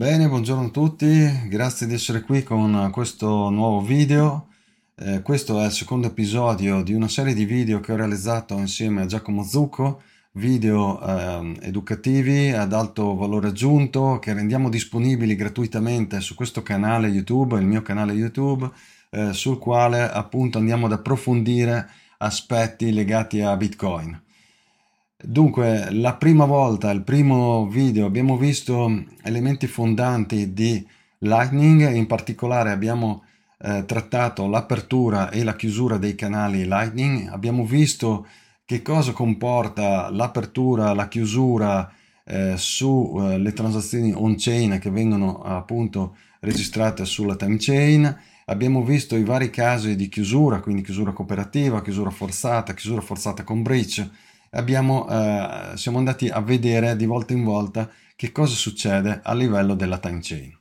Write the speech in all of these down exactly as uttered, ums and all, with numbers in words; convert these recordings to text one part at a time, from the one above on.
Bene, buongiorno a tutti, grazie di essere qui con questo nuovo video. Eh, questo è il secondo episodio di una serie di video che ho realizzato insieme a Giacomo Zucco, video ehm, educativi ad alto valore aggiunto che rendiamo disponibili gratuitamente su questo canale YouTube, il mio canale YouTube, eh, sul quale appunto andiamo ad approfondire aspetti legati a Bitcoin. Dunque, la prima volta, il primo video, abbiamo visto elementi fondanti di Lightning, in particolare abbiamo eh, trattato l'apertura e la chiusura dei canali Lightning, abbiamo visto che cosa comporta l'apertura, la chiusura eh, sulle transazioni on-chain che vengono appunto registrate sulla time chain. Abbiamo visto i vari casi di chiusura, quindi chiusura cooperativa, chiusura forzata, chiusura forzata con breach. Abbiamo, eh, siamo andati a vedere di volta in volta che cosa succede a livello della time chain.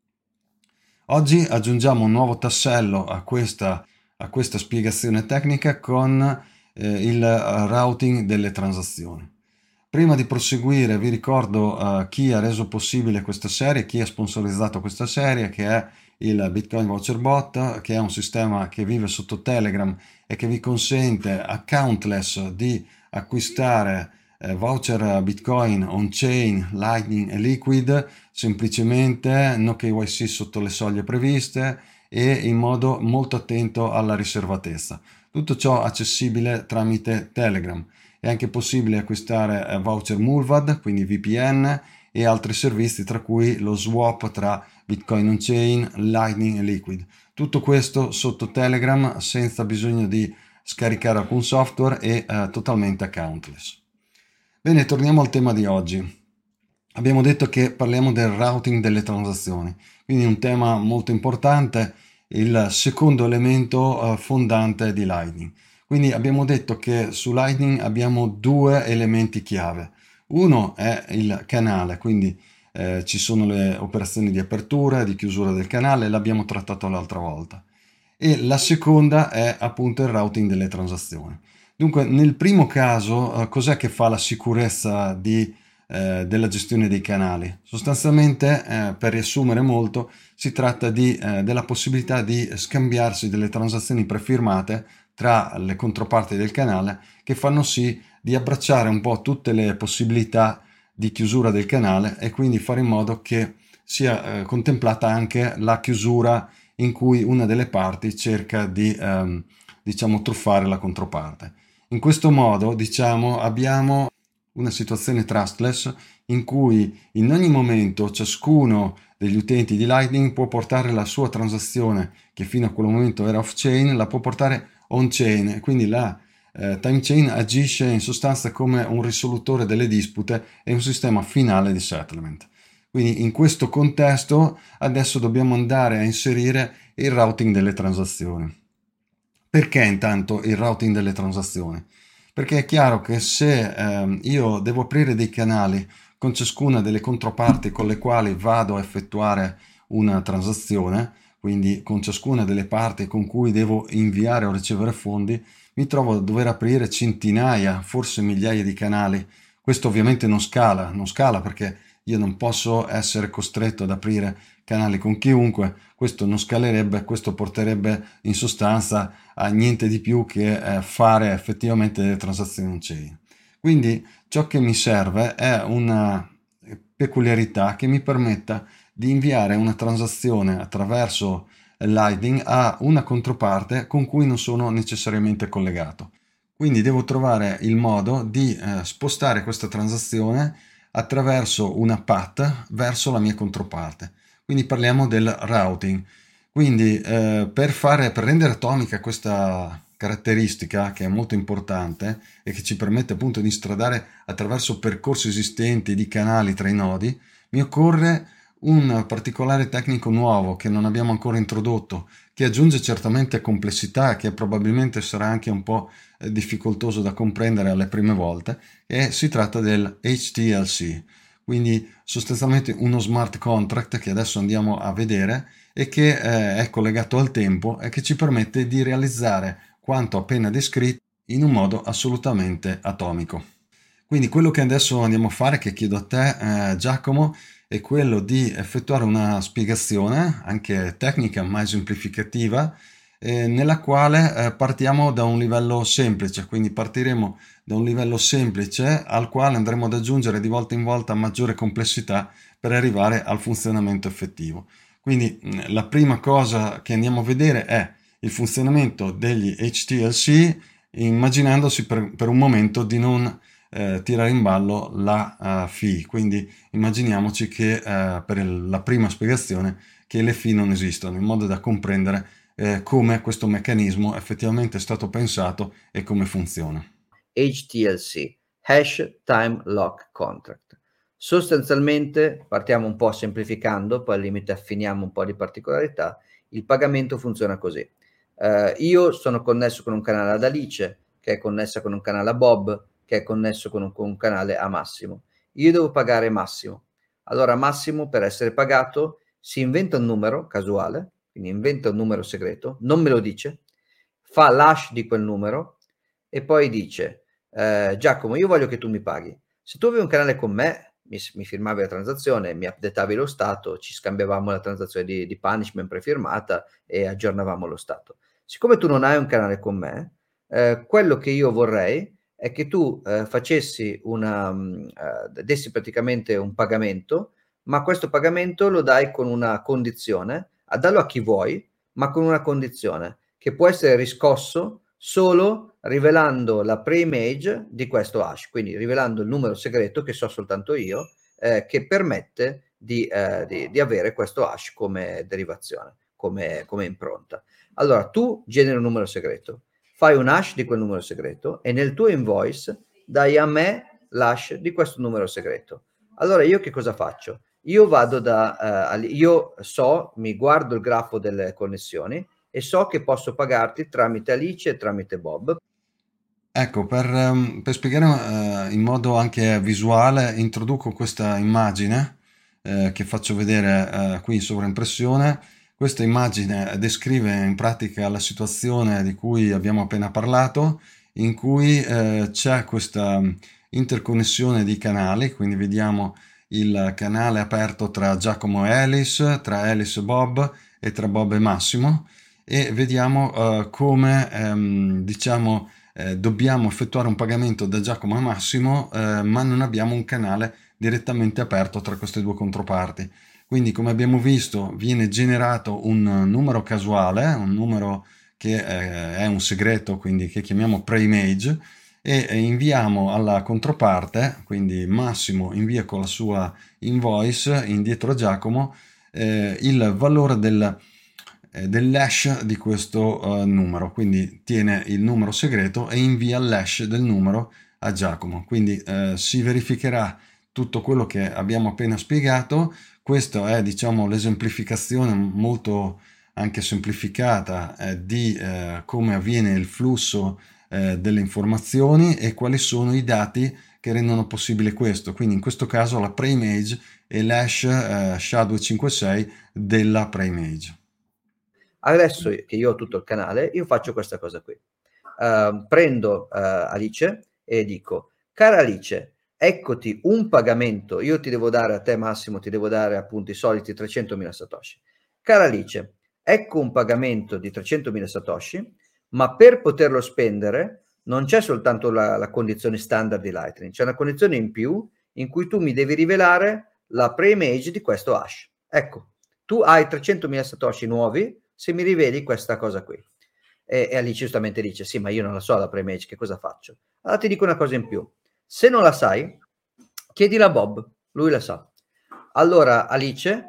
Oggi aggiungiamo un nuovo tassello a questa, a questa spiegazione tecnica con eh, il routing delle transazioni. Prima di proseguire vi ricordo uh, chi ha reso possibile questa serie, chi ha sponsorizzato questa serie, che è il Bitcoin Voucher Bot, che è un sistema che vive sotto Telegram e che vi consente a countless di acquistare eh, voucher Bitcoin on-chain, Lightning e Liquid, semplicemente no K Y C sotto le soglie previste e in modo molto attento alla riservatezza. Tutto ciò accessibile tramite Telegram. È anche possibile acquistare eh, voucher Mullvad, quindi V P N, e altri servizi, tra cui lo swap tra Bitcoin on-chain, Lightning e Liquid. Tutto questo sotto Telegram senza bisogno di scaricare alcun software e eh, totalmente accountless. Bene, torniamo al tema di oggi. Abbiamo detto che parliamo del routing delle transazioni, quindi un tema molto importante, il secondo elemento eh, fondante di Lightning. Quindi abbiamo detto che su Lightning abbiamo due elementi chiave. Uno è il canale, quindi eh, ci sono le operazioni di apertura e di chiusura del canale, l'abbiamo trattato l'altra volta. E la seconda è appunto il routing delle transazioni. Dunque, nel primo caso, eh, cos'è che fa la sicurezza di, eh, della gestione dei canali? Sostanzialmente, eh, per riassumere molto, si tratta di, eh, della possibilità di scambiarsi delle transazioni prefirmate tra le controparti del canale che fanno sì di abbracciare un po' tutte le possibilità di chiusura del canale e quindi fare in modo che sia eh, contemplata anche la chiusura in cui una delle parti cerca di ehm, diciamo truffare la controparte. In questo modo, diciamo, abbiamo una situazione trustless in cui in ogni momento ciascuno degli utenti di Lightning può portare la sua transazione che fino a quel momento era off-chain, la può portare on-chain, quindi la eh, time chain agisce in sostanza come un risolutore delle dispute e un sistema finale di settlement. Quindi in questo contesto adesso dobbiamo andare a inserire il routing delle transazioni. Perché intanto il routing delle transazioni? Perché è chiaro che se eh, io devo aprire dei canali con ciascuna delle controparti con le quali vado a effettuare una transazione, quindi con ciascuna delle parti con cui devo inviare o ricevere fondi, mi trovo a dover aprire centinaia, forse migliaia di canali. Questo ovviamente non scala, non scala perché io non posso essere costretto ad aprire canali con chiunque, questo non scalerebbe, questo porterebbe in sostanza a niente di più che eh, fare effettivamente delle transazioni on-chain. Quindi ciò che mi serve è una peculiarità che mi permetta di inviare una transazione attraverso Lightning a una controparte con cui non sono necessariamente collegato. Quindi devo trovare il modo di eh, spostare questa transazione attraverso una path verso la mia controparte. Quindi parliamo del routing. Quindi eh, per, fare, per rendere atomica questa caratteristica che è molto importante e che ci permette appunto di stradare attraverso percorsi esistenti di canali tra i nodi, mi occorre un particolare tecnico nuovo che non abbiamo ancora introdotto, che aggiunge certamente complessità e che probabilmente sarà anche un po' difficoltoso da comprendere alle prime volte, e si tratta del H T L C, quindi sostanzialmente uno smart contract che adesso andiamo a vedere e che eh, è collegato al tempo e che ci permette di realizzare quanto appena descritto in un modo assolutamente atomico. Quindi quello che adesso andiamo a fare, che chiedo a te eh, Giacomo, è quello di effettuare una spiegazione, anche tecnica ma esemplificativa, eh, nella quale eh, partiamo da un livello semplice, quindi partiremo da un livello semplice al quale andremo ad aggiungere di volta in volta maggiore complessità per arrivare al funzionamento effettivo. Quindi mh, la prima cosa che andiamo a vedere è il funzionamento degli H T L C, immaginandosi per, per un momento di non eh, tirare in ballo la uh, fee. Quindi immaginiamoci che uh, per il, la prima spiegazione che le fee non esistono, in modo da comprendere eh, come questo meccanismo effettivamente è stato pensato e come funziona. H T L C, Hash Time Lock Contract. Sostanzialmente, partiamo un po' semplificando, poi al limite affiniamo un po' di particolarità. Il pagamento funziona così. Uh, io sono connesso con un canale ad Alice, che è connessa con un canale a Bob, che è connesso con un, con un canale a Massimo. Io devo pagare Massimo. Allora Massimo, per essere pagato, si inventa un numero casuale, quindi inventa un numero segreto, non me lo dice, fa l'hash di quel numero e poi dice eh, Giacomo, io voglio che tu mi paghi. Se tu avevi un canale con me, mi, mi firmavi la transazione, mi updatavi lo stato, ci scambiavamo la transazione di, di punishment prefirmata e aggiornavamo lo stato. Siccome tu non hai un canale con me, eh, quello che io vorrei è che tu eh, facessi una, uh, dessi praticamente un pagamento, ma questo pagamento lo dai con una condizione, a darlo a chi vuoi, ma con una condizione, che può essere riscosso solo rivelando la pre-image di questo hash, quindi rivelando il numero segreto che so soltanto io, eh, che permette di, eh, di, di avere questo hash come derivazione, come, come impronta. Allora, tu generi un numero segreto, fai un hash di quel numero segreto e nel tuo invoice dai a me l'hash di questo numero segreto. Allora io che cosa faccio? Io vado da, uh, io so, mi guardo il grafo delle connessioni e so che posso pagarti tramite Alice e tramite Bob. Ecco, per, ehm, per spiegare eh, in modo anche visuale, introduco questa immagine eh, che faccio vedere eh, qui in sovraimpressione. Questa immagine descrive in pratica la situazione di cui abbiamo appena parlato, in cui eh, c'è questa interconnessione di canali, quindi vediamo il canale aperto tra Giacomo e Alice, tra Alice e Bob e tra Bob e Massimo, e vediamo eh, come ehm, diciamo eh, dobbiamo effettuare un pagamento da Giacomo a Massimo, eh, ma non abbiamo un canale direttamente aperto tra queste due controparti. Quindi, come abbiamo visto, viene generato un numero casuale, un numero che eh, è un segreto, quindi che chiamiamo pre-image, e inviamo alla controparte, quindi Massimo invia con la sua invoice indietro a Giacomo eh, il valore del dell'hash di questo uh, numero, quindi tiene il numero segreto e invia l'hash del numero a Giacomo, quindi uh, si verificherà tutto quello che abbiamo appena spiegato. Questa è, diciamo, l'esemplificazione molto anche semplificata eh, di eh, come avviene il flusso eh, delle informazioni e quali sono i dati che rendono possibile questo. Quindi in questo caso la pre-image e l'hash eh, S H A duecentocinquantasei della pre-image. Adesso che io ho tutto il canale, io faccio questa cosa qui. Uh, prendo uh, Alice e dico, cara Alice, eccoti un pagamento, io ti devo dare a te Massimo, ti devo dare appunto i soliti trecentomila satoshi. Cara Alice, ecco un pagamento di trecentomila satoshi, ma per poterlo spendere non c'è soltanto la, la condizione standard di Lightning, c'è una condizione in più in cui tu mi devi rivelare la pre-image di questo hash. Ecco, tu hai trecentomila satoshi nuovi se mi riveli questa cosa qui. E, e Alice giustamente dice, sì, ma io non la so la pre-image, che cosa faccio? Allora ti dico una cosa in più. Se non la sai, chiedila a Bob, lui la sa. Allora Alice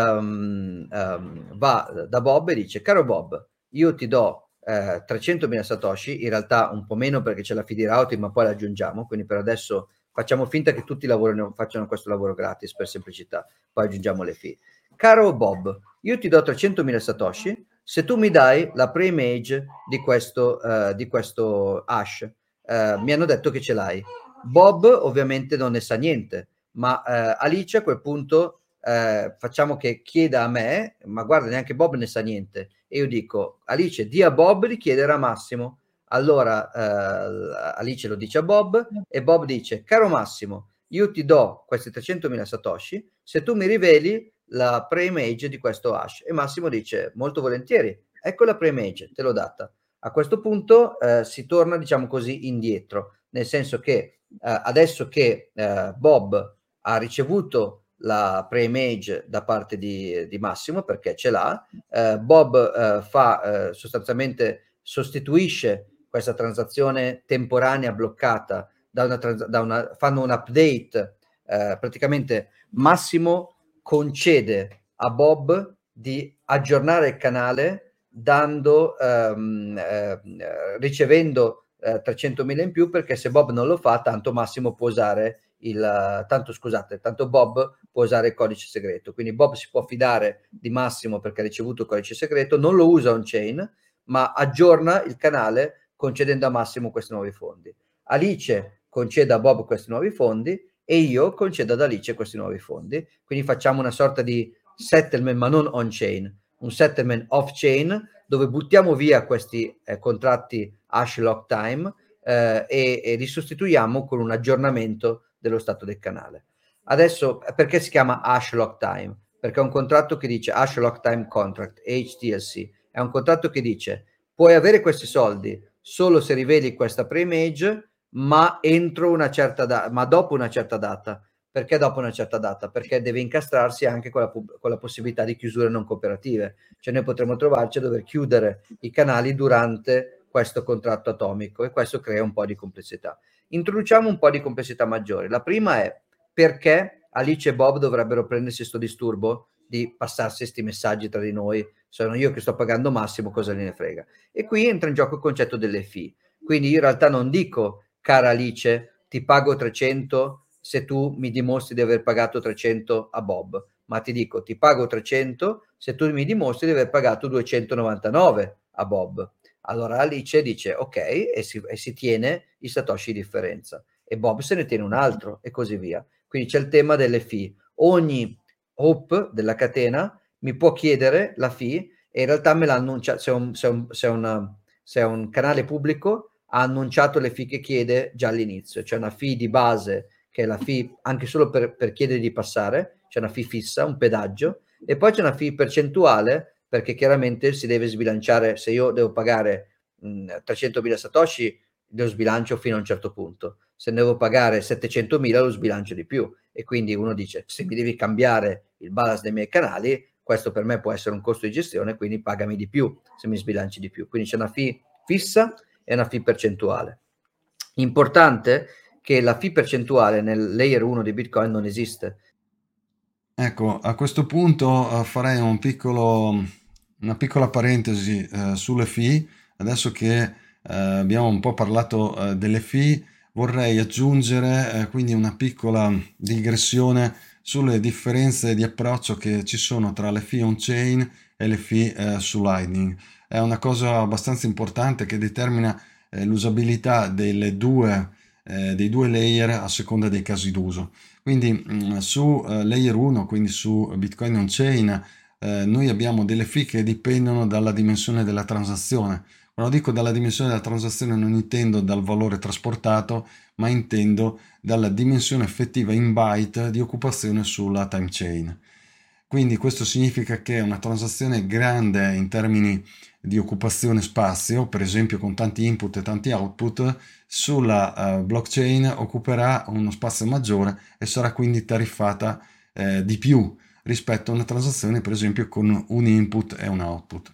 um, um, va da Bob e dice, caro Bob, io ti do eh, trecentomila satoshi, in realtà un po' meno perché c'è la fee di routing, ma poi la aggiungiamo, quindi per adesso facciamo finta che tutti lavorino, facciano questo lavoro gratis per semplicità, poi aggiungiamo le fee. Caro Bob, io ti do trecentomila satoshi se tu mi dai la pre-image di questo, uh, di questo hash. Uh, mi hanno detto che ce l'hai. Bob ovviamente non ne sa niente, ma uh, Alice a quel punto uh, facciamo che chieda a me, ma guarda, neanche Bob ne sa niente. E io dico, Alice, di a Bob di chiedere a Massimo. Allora uh, Alice lo dice a Bob e Bob dice, caro Massimo, io ti do questi trecentomila satoshi se tu mi riveli la pre-image di questo hash. E Massimo dice molto volentieri, ecco la pre-image, te l'ho data. A questo punto eh, si torna, diciamo così, indietro, nel senso che eh, adesso che eh, Bob ha ricevuto la pre-image da parte di, di Massimo, perché ce l'ha, eh, Bob eh, fa eh, sostanzialmente sostituisce questa transazione temporanea bloccata da una, da una fanno un update, eh, praticamente Massimo concede a Bob di aggiornare il canale dando ehm, eh, ricevendo eh, trecentomila in più, perché se Bob non lo fa tanto Massimo può usare il tanto scusate tanto Bob può usare il codice segreto, quindi Bob si può fidare di Massimo perché ha ricevuto il codice segreto, non lo usa on chain ma aggiorna il canale concedendo a Massimo questi nuovi fondi. Alice concede a Bob questi nuovi fondi e io concedo ad Alice questi nuovi fondi, quindi facciamo una sorta di settlement ma non on chain, un settlement off chain dove buttiamo via questi eh, contratti hash lock time eh, e, e li sostituiamo con un aggiornamento dello stato del canale. Adesso perché si chiama hash lock time? Perché è un contratto che dice hash lock time contract, H T L C, è un contratto che dice puoi avere questi soldi solo se riveli questa pre-image ma entro una certa data, ma dopo una certa data. Perché dopo una certa data? Perché deve incastrarsi anche con la, con la possibilità di chiusure non cooperative, cioè noi potremmo trovarci a dover chiudere i canali durante questo contratto atomico e questo crea un po' di complessità. Introduciamo un po' di complessità maggiori. La prima è perché Alice e Bob dovrebbero prendersi sto disturbo di passarsi questi messaggi tra di noi, sono io che sto pagando Massimo, cosa gliene frega? E qui entra in gioco il concetto delle fee. Quindi io in realtà non dico, cara Alice, ti pago trecento se tu mi dimostri di aver pagato trecento a Bob, ma ti dico, ti pago trecento se tu mi dimostri di aver pagato duecentonovantanove a Bob. Allora Alice dice ok e si, e si tiene i satoshi di differenza e Bob se ne tiene un altro e così via. Quindi c'è il tema delle fee. Ogni hop della catena mi può chiedere la fee e in realtà me l'ha annunciato, se, un, se, un, se, una, se un canale pubblico ha annunciato le fee che chiede già all'inizio. C'è una fee di base che è la fee anche solo per, per chiedere di passare, c'è una fee fissa, un pedaggio, e poi c'è una fee percentuale perché chiaramente si deve sbilanciare. Se io devo pagare mh, trecentomila satoshi lo sbilancio fino a un certo punto, se ne devo pagare settecentomila lo sbilancio di più, e quindi uno dice se mi devi cambiare il balance dei miei canali questo per me può essere un costo di gestione, quindi pagami di più se mi sbilanci di più. Quindi c'è una fee fissa e una fee percentuale. Importante che la fee percentuale nel layer uno di Bitcoin non esiste. Ecco, a questo punto uh, farei un piccolo, una piccola parentesi uh, sulle fee. Adesso che uh, abbiamo un po' parlato uh, delle fee, vorrei aggiungere uh, quindi una piccola digressione sulle differenze di approccio che ci sono tra le fee on-chain e le fee uh, su Lightning. È una cosa abbastanza importante che determina uh, l'usabilità delle due, uh, dei due layer a seconda dei casi d'uso. Quindi mh, su uh, layer uno, quindi su Bitcoin on-chain, eh, noi abbiamo delle fee che dipendono dalla dimensione della transazione. Quando dico dalla dimensione della transazione non intendo dal valore trasportato, ma intendo dalla dimensione effettiva in byte di occupazione sulla time chain. Quindi questo significa che una transazione grande in termini di occupazione spazio, per esempio con tanti input e tanti output, sulla uh, blockchain occuperà uno spazio maggiore e sarà quindi tariffata eh, di più rispetto a una transazione per esempio con un input e un output.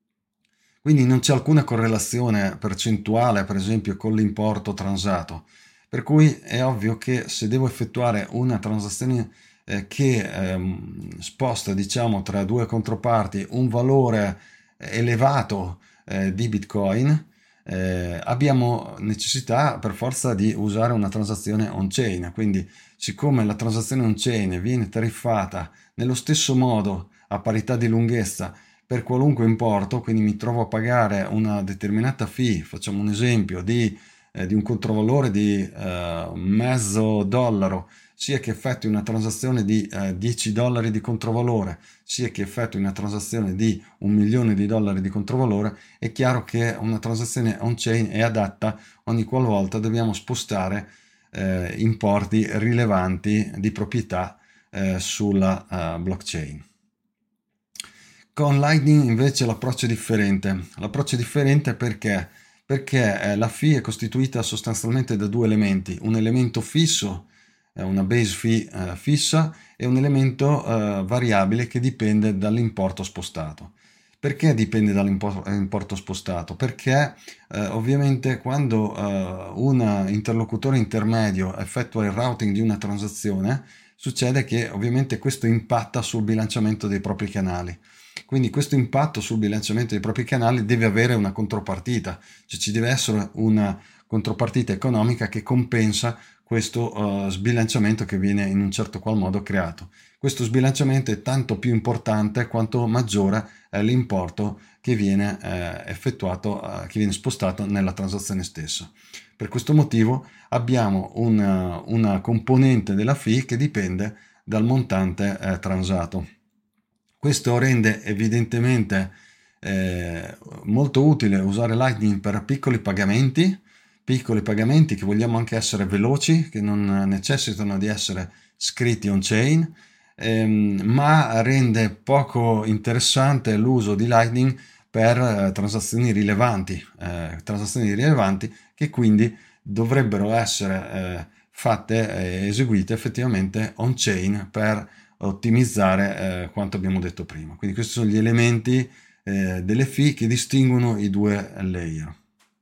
Quindi non c'è alcuna correlazione percentuale per esempio con l'importo transato, per cui è ovvio che se devo effettuare una transazione eh, che ehm, sposta diciamo tra due controparti un valore elevato eh, di Bitcoin, eh, abbiamo necessità per forza di usare una transazione on-chain. Quindi siccome la transazione on-chain viene tariffata nello stesso modo a parità di lunghezza per qualunque importo, quindi mi trovo a pagare una determinata fee, facciamo un esempio di, eh, di un controvalore di eh, mezzo dollaro, sia che effettui una transazione di eh, dieci dollari di controvalore, sia che effettui una transazione di un milione di dollari di controvalore, è chiaro che una transazione on-chain è adatta ogni qualvolta dobbiamo spostare eh, importi rilevanti di proprietà eh, sulla uh, blockchain. Con Lightning invece l'approccio è differente. L'approccio è differente perché? Perché eh, la fee è costituita sostanzialmente da due elementi, un elemento fisso, eh, una base fee eh, fissa, e un elemento eh, variabile che dipende dall'importo spostato. Perché dipende dall'importo spostato? Perché eh, ovviamente quando eh, un interlocutore intermedio effettua il routing di una transazione, succede che ovviamente questo impatta sul bilanciamento dei propri canali. Quindi questo impatto sul bilanciamento dei propri canali deve avere una contropartita, cioè ci deve essere una contropartita economica che compensa questo uh, sbilanciamento che viene in un certo qual modo creato. Questo sbilanciamento è tanto più importante quanto maggiore è l'importo che viene eh, effettuato, eh, che viene spostato nella transazione stessa. Per questo motivo abbiamo una, una componente della fee che dipende dal montante eh, transato. Questo rende evidentemente eh, molto utile usare Lightning per piccoli pagamenti, piccoli pagamenti che vogliamo anche essere veloci, che non necessitano di essere scritti on-chain, ehm, ma rende poco interessante l'uso di Lightning per eh, transazioni rilevanti, eh, transazioni rilevanti che quindi dovrebbero essere eh, fatte e eseguite effettivamente on-chain per ottimizzare eh, quanto abbiamo detto prima. Quindi questi sono gli elementi eh, delle fee che distinguono i due layer.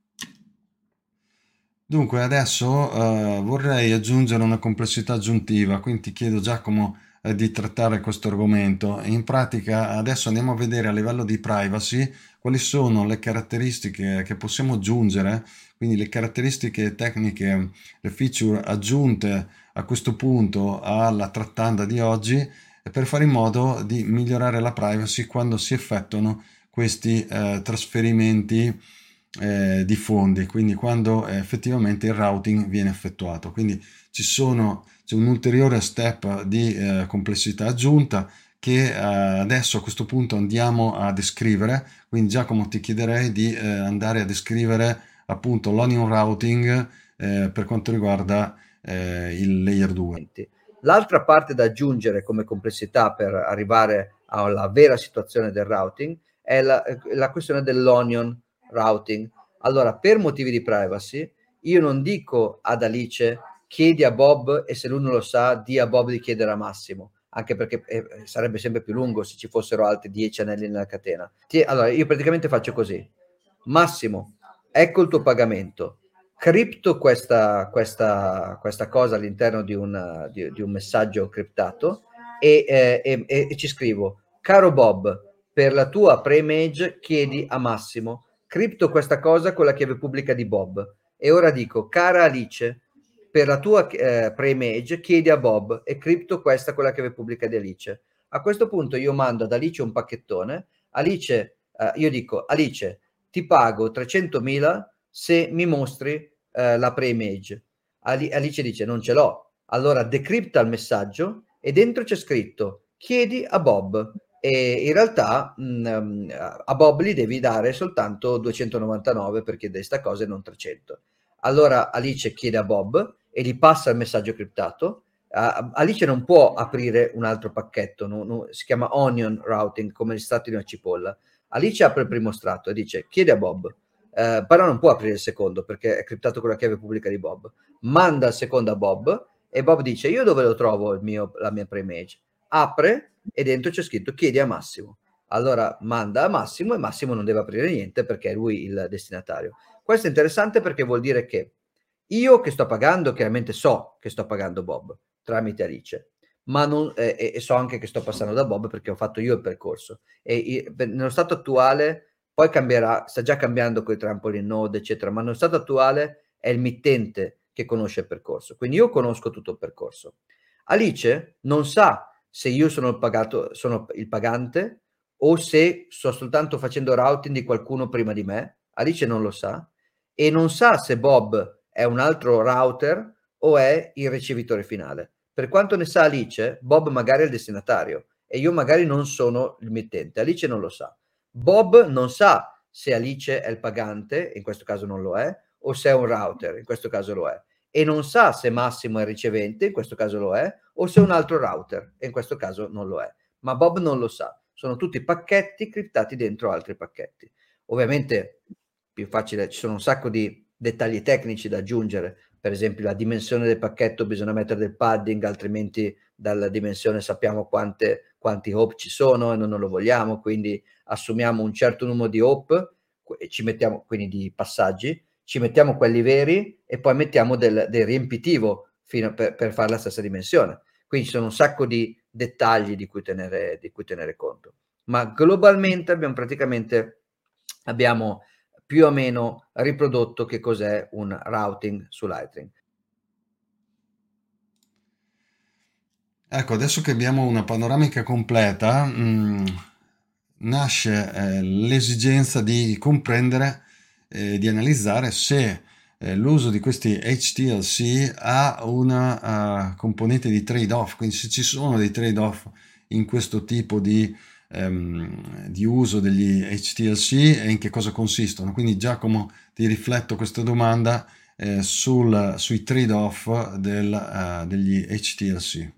Dunque adesso eh, vorrei aggiungere una complessità aggiuntiva, quindi ti chiedo Giacomo eh, di trattare questo argomento. In pratica adesso andiamo a vedere a livello di privacy quali sono le caratteristiche che possiamo aggiungere, quindi le caratteristiche tecniche, le feature aggiunte a questo punto alla trattanda di oggi per fare in modo di migliorare la privacy quando si effettuano questi eh, trasferimenti eh, di fondi, quindi quando eh, effettivamente il routing viene effettuato. Quindi ci sono, c'è un ulteriore step di eh, complessità aggiunta che eh, adesso a questo punto andiamo a descrivere. Quindi Giacomo ti chiederei di eh, andare a descrivere appunto l'onion routing eh, per quanto riguarda eh, il layer due. L'altra parte da aggiungere come complessità per arrivare alla vera situazione del routing è la, la questione dell'onion routing. Allora, per motivi di privacy, io non dico ad Alice chiedi a Bob e se lui non lo sa, di a Bob di chiedere a Massimo, anche perché eh, sarebbe sempre più lungo se ci fossero altri dieci anelli nella catena. Allora, io praticamente faccio così. Massimo, ecco il tuo pagamento. Cripto questa, questa, questa cosa all'interno di, una, di, di un messaggio criptato e, eh, e, e ci scrivo: caro Bob, per la tua pre-image chiedi a Massimo, cripto questa cosa con la chiave pubblica di Bob. E ora dico: cara Alice, per la tua eh, pre-image chiedi a Bob e cripto questa con la chiave pubblica di Alice. A questo punto io mando ad Alice un pacchettone. Alice, eh, io dico: Alice, ti pago trecentomila se mi mostri eh, la pre-image. Ali- Alice dice: non ce l'ho. Allora decripta il messaggio e dentro c'è scritto: chiedi a Bob. E in realtà mh, a Bob gli devi dare soltanto duecentonovantanove per chiedere sta cosa e non trecento. Allora Alice chiede a Bob e gli passa il messaggio criptato. Uh, Alice non può aprire un altro pacchetto, no, no, si chiama onion routing, come gli stati di una cipolla. Alice apre il primo strato e dice: chiede a Bob, uh, però non può aprire il secondo perché è criptato con la chiave pubblica di Bob. Manda il secondo a Bob e Bob dice: io dove lo trovo il mio, la mia pre-image? Apre e dentro c'è scritto: chiedi a Massimo. Allora manda a Massimo e Massimo non deve aprire niente perché è lui il destinatario. Questo è interessante perché vuol dire che io che sto pagando, chiaramente so che sto pagando Bob tramite Alice, ma non, eh, e so anche che sto passando da Bob perché ho fatto io il percorso. E, e nello stato attuale, poi cambierà, sta già cambiando con i trampoline node, eccetera, ma nello stato attuale è il mittente che conosce il percorso. Quindi io conosco tutto il percorso. Alice non sa se io sono il, pagato, sono il pagante o se sto soltanto facendo routing di qualcuno prima di me. Alice non lo sa e non sa se Bob è un altro router o è il ricevitore finale. Per quanto ne sa Alice, Bob magari è il destinatario e io magari non sono il mittente. Alice non lo sa. Bob non sa se Alice è il pagante, in questo caso non lo è, o se è un router, in questo caso lo è. e non sa se Massimo è il ricevente, in questo caso lo è, o se è un altro router, e in questo caso non lo è. Ma Bob non lo sa. Sono tutti pacchetti criptati dentro altri pacchetti. Ovviamente più facile, ci sono un sacco di dettagli tecnici da aggiungere, per esempio la dimensione del pacchetto, bisogna mettere del padding, altrimenti dalla dimensione sappiamo quante, quanti hop ci sono e non lo vogliamo, quindi assumiamo un certo numero di hop e ci mettiamo, quindi di passaggi, ci mettiamo quelli veri e poi mettiamo del, del riempitivo fino per, per fare la stessa dimensione. Quindi ci sono un sacco di dettagli di cui tenere, di cui tenere conto. Ma globalmente abbiamo praticamente abbiamo più o meno riprodotto che cos'è un routing su Lightning. Ecco, adesso che abbiamo una panoramica completa, mh, nasce eh, l'esigenza di comprendere e eh, di analizzare se eh, l'uso di questi H T L C ha una uh, componente di trade-off, quindi se ci sono dei trade-off in questo tipo di, um, di uso degli H T L C e in che cosa consistono. Quindi Giacomo, ti rifletto questa domanda eh, sul, sui trade-off del, uh, degli H T L C.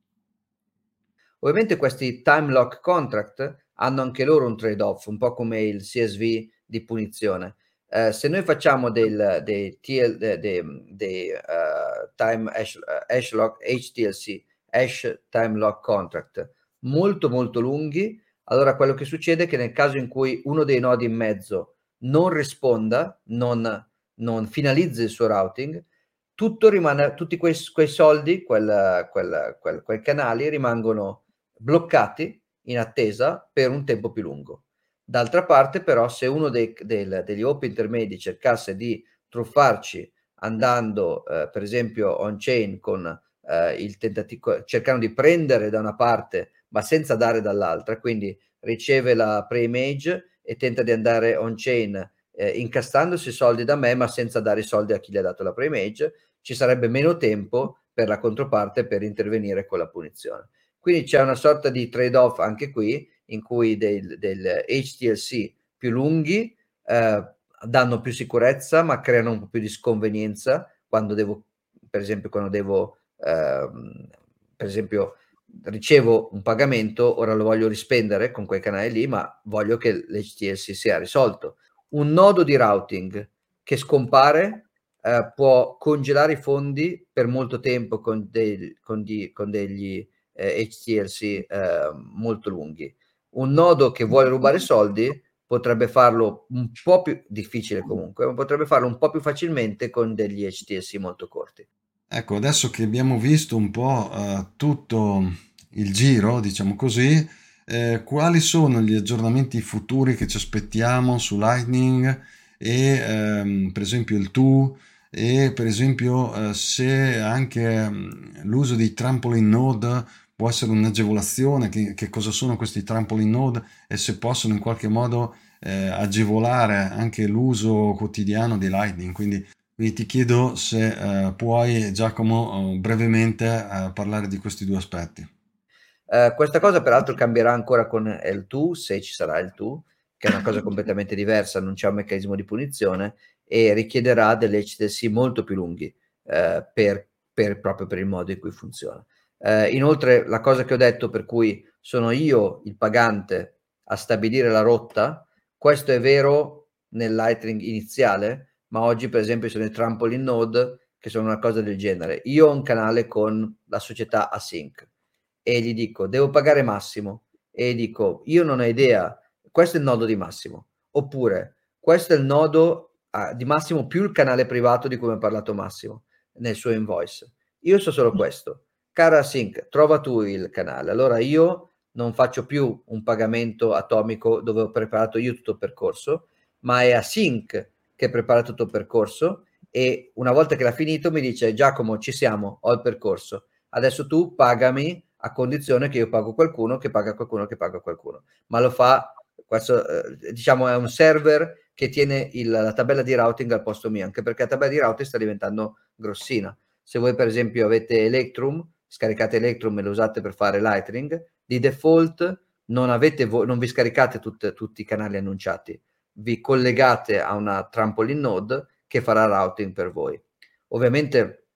Ovviamente questi time lock contract hanno anche loro un trade-off, un po' come il C S V di punizione. Uh, se noi facciamo del, dei, dei, dei, dei uh, time hash, hash lock, H T L C, hash time lock contract molto molto lunghi, allora quello che succede è che nel caso in cui uno dei nodi in mezzo non risponda, non, non finalizzi il suo routing, tutto rimane, tutti quei, quei soldi, quel, quel, quel, quel canali rimangono bloccati in attesa per un tempo più lungo. D'altra parte però se uno dei, del, degli hop intermedi cercasse di truffarci andando eh, per esempio on-chain con eh, il tentativo, cercando di prendere da una parte ma senza dare dall'altra, quindi riceve la pre-image e tenta di andare on-chain eh, incastandosi soldi da me ma senza dare i soldi a chi gli ha dato la pre-image, ci sarebbe meno tempo per la controparte per intervenire con la punizione. Quindi c'è una sorta di trade-off anche qui, in cui del, del H T L C più lunghi eh, danno più sicurezza, ma creano un po' più di sconvenienza quando devo, per esempio, quando devo, eh, per esempio, ricevo un pagamento, ora lo voglio rispendere con quel canale lì, ma voglio che l'H T L C sia risolto. Un nodo di routing che scompare eh, può congelare i fondi per molto tempo con, dei, con, di, con degli eh, H T L C eh, molto lunghi. Un nodo che vuole rubare soldi potrebbe farlo un po' più difficile comunque, ma potrebbe farlo un po' più facilmente con degli H T L C molto corti. Ecco, adesso che abbiamo visto un po' uh, tutto il giro, diciamo così, eh, quali sono gli aggiornamenti futuri che ci aspettiamo su Lightning e ehm, per esempio il to e per esempio eh, se anche um, l'uso di trampoline node può essere un'agevolazione, che, che cosa sono questi trampoline node e se possono in qualche modo eh, agevolare anche l'uso quotidiano di Lightning. Quindi quindi ti chiedo se eh, puoi, Giacomo, eh, brevemente eh, parlare di questi due aspetti. Uh, questa cosa peraltro cambierà ancora con il to, se ci sarà il to, che è una cosa completamente diversa, non c'è un meccanismo di punizione e richiederà delle H T L C molto più lunghi uh, per, per, proprio per il modo in cui funziona. Uh, inoltre la cosa che ho detto per cui sono io il pagante a stabilire la rotta, questo è vero nel Lightning iniziale, ma oggi per esempio sono i trampoline node che sono una cosa del genere. Io ho un canale con la società Async e gli dico devo pagare Massimo e gli dico io non ho idea, questo è il nodo di Massimo, oppure questo è il nodo ah, di Massimo più il canale privato di cui mi ha parlato Massimo nel suo invoice. Io so solo questo. Cara Async, trova tu il canale. Allora io non faccio più un pagamento atomico dove ho preparato io tutto il percorso, ma è Async che prepara tutto il percorso e una volta che l'ha finito mi dice Giacomo ci siamo, ho il percorso, adesso tu pagami a condizione che io pago qualcuno che paga qualcuno che paga qualcuno, ma lo fa, questo eh, diciamo è un server che tiene il, la tabella di routing al posto mio, anche perché la tabella di routing sta diventando grossina. Se voi per esempio avete Electrum, scaricate Electrum e lo usate per fare Lightning, di default non, avete vo- non vi scaricate tut- tutti i canali annunciati, vi collegate a una trampoline node che farà routing per voi. Ovviamente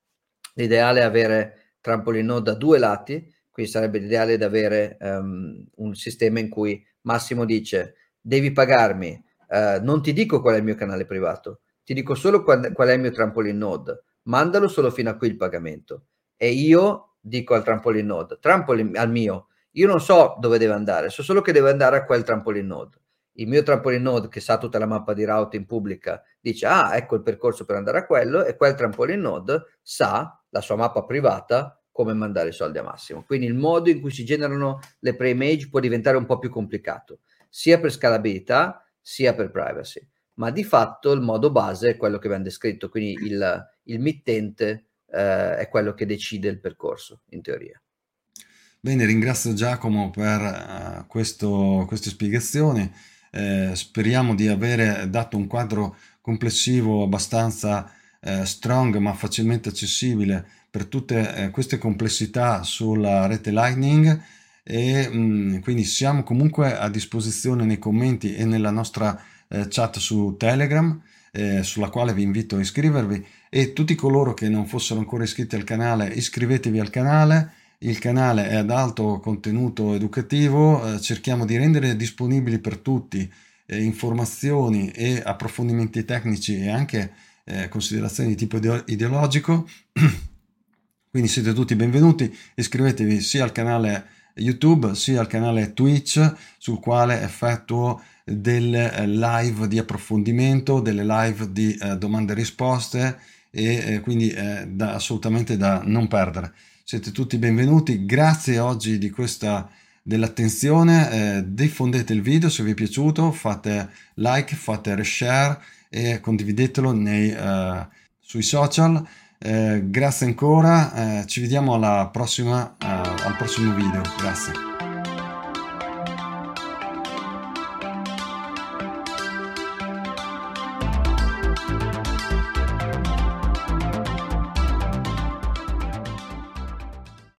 l'ideale è avere trampoline node da due lati, quindi sarebbe l'ideale di avere um, un sistema in cui Massimo dice devi pagarmi, uh, non ti dico qual è il mio canale privato, ti dico solo qual, qual è il mio trampoline node, mandalo solo fino a qui il pagamento, e io dico al trampoline node, trampoline al mio, io non so dove deve andare, so solo che deve andare a quel trampoline node. Il mio trampoline node, che sa tutta la mappa di routing pubblica, dice ah, ecco il percorso per andare a quello, e quel trampoline node sa la sua mappa privata come mandare i soldi a Massimo. Quindi il modo in cui si generano le pre-image può diventare un po' più complicato, sia per scalabilità sia per privacy, ma di fatto il modo base è quello che abbiamo descritto, quindi il, il mittente eh, è quello che decide il percorso, in teoria. Bene, ringrazio Giacomo per uh, questo, queste spiegazioni. Eh, speriamo di avere dato un quadro complessivo abbastanza eh, strong ma facilmente accessibile per tutte eh, queste complessità sulla rete Lightning, e mh, quindi siamo comunque a disposizione nei commenti e nella nostra eh, chat su Telegram, eh, sulla quale vi invito a iscrivervi, e tutti coloro che non fossero ancora iscritti al canale, iscrivetevi al canale. Il canale è ad alto contenuto educativo, eh, cerchiamo di rendere disponibili per tutti eh, informazioni e approfondimenti tecnici e anche eh, considerazioni di tipo ideo- ideologico. Quindi siete tutti benvenuti, iscrivetevi sia al canale YouTube sia al canale Twitch, sul quale effettuo delle live di approfondimento, delle live di eh, domande e risposte, e eh, quindi eh, da, assolutamente da non perdere. Siete tutti benvenuti, grazie oggi di questa dell'attenzione, eh, diffondete il video se vi è piaciuto, fate like, fate share e condividetelo nei, eh, sui social. Eh, grazie ancora, eh, ci vediamo alla prossima, eh, al prossimo video, grazie.